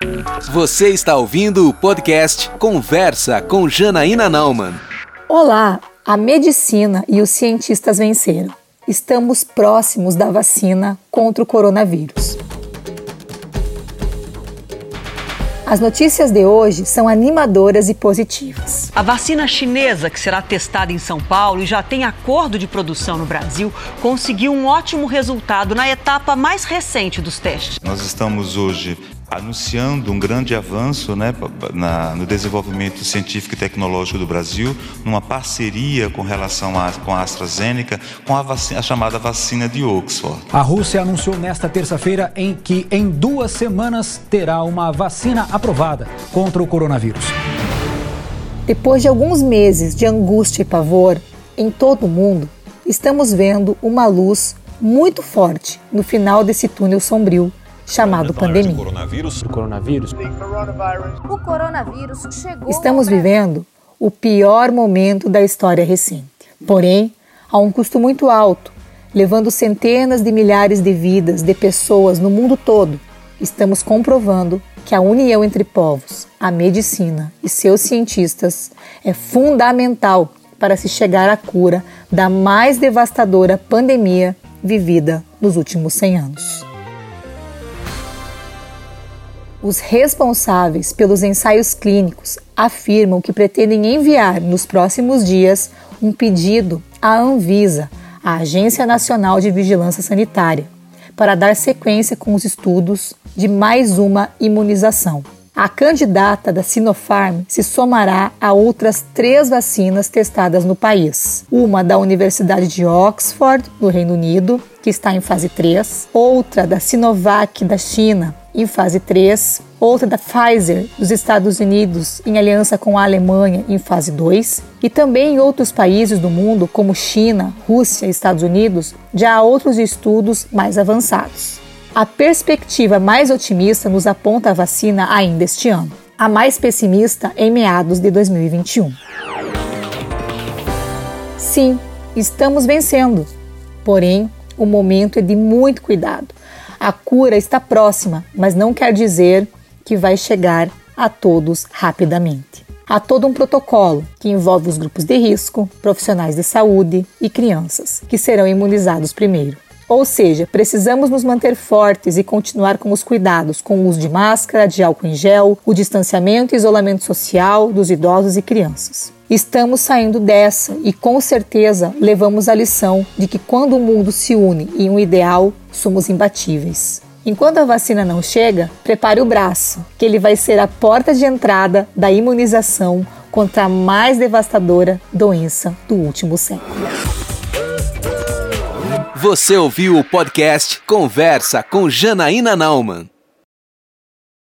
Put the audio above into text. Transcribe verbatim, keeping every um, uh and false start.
Você está ouvindo o podcast Conversa com Janaína Naumann. Olá, a medicina e os cientistas venceram. Estamos próximos da vacina contra o coronavírus. As notícias de hoje são animadoras e positivas. A vacina chinesa, que será testada em São Paulo e já tem acordo de produção no Brasil, conseguiu um ótimo resultado na etapa mais recente dos testes. Nós estamos hoje anunciando um grande avanço, né, na, no desenvolvimento científico e tecnológico do Brasil, numa parceria com relação a, com a AstraZeneca, com a, vacina, a chamada vacina de Oxford. A Rússia anunciou nesta terça-feira em que em duas semanas terá uma vacina aprovada contra o coronavírus. Depois de alguns meses de angústia e pavor em todo o mundo, estamos vendo uma luz muito forte no final desse túnel sombrio chamado pandemia. O coronavírus. O coronavírus. O coronavírus chegou. Estamos vivendo o pior momento da história recente. Porém, a um custo muito alto, levando centenas de milhares de vidas de pessoas no mundo todo, estamos comprovando que a união entre povos, a medicina e seus cientistas é fundamental para se chegar à cura da mais devastadora pandemia vivida nos últimos cem anos. Os responsáveis pelos ensaios clínicos afirmam que pretendem enviar nos próximos dias um pedido à Anvisa, a Agência Nacional de Vigilância Sanitária, para dar sequência com os estudos de mais uma imunização. A candidata da Sinopharm se somará a outras três vacinas testadas no país. Uma da Universidade de Oxford, no Reino Unido, que está em fase três. Outra da Sinovac, da China, em fase três. Outra da Pfizer, dos Estados Unidos, em aliança com a Alemanha, em fase dois. E também em outros países do mundo, como China, Rússia e Estados Unidos, já há outros estudos mais avançados. A perspectiva mais otimista nos aponta a vacina ainda este ano. A mais pessimista em meados de dois mil e vinte e um. Sim, estamos vencendo. Porém, o momento é de muito cuidado. A cura está próxima, mas não quer dizer que vai chegar a todos rapidamente. Há todo um protocolo que envolve os grupos de risco, profissionais de saúde e crianças, que serão imunizados primeiro. Ou seja, precisamos nos manter fortes e continuar com os cuidados com o uso de máscara, de álcool em gel, o distanciamento e isolamento social dos idosos e crianças. Estamos saindo dessa e com certeza levamos a lição de que quando o mundo se une em um ideal, somos imbatíveis. Enquanto a vacina não chega, prepare o braço, que ele vai ser a porta de entrada da imunização contra a mais devastadora doença do último século. Você ouviu o podcast Conversa com Janaína Naumann.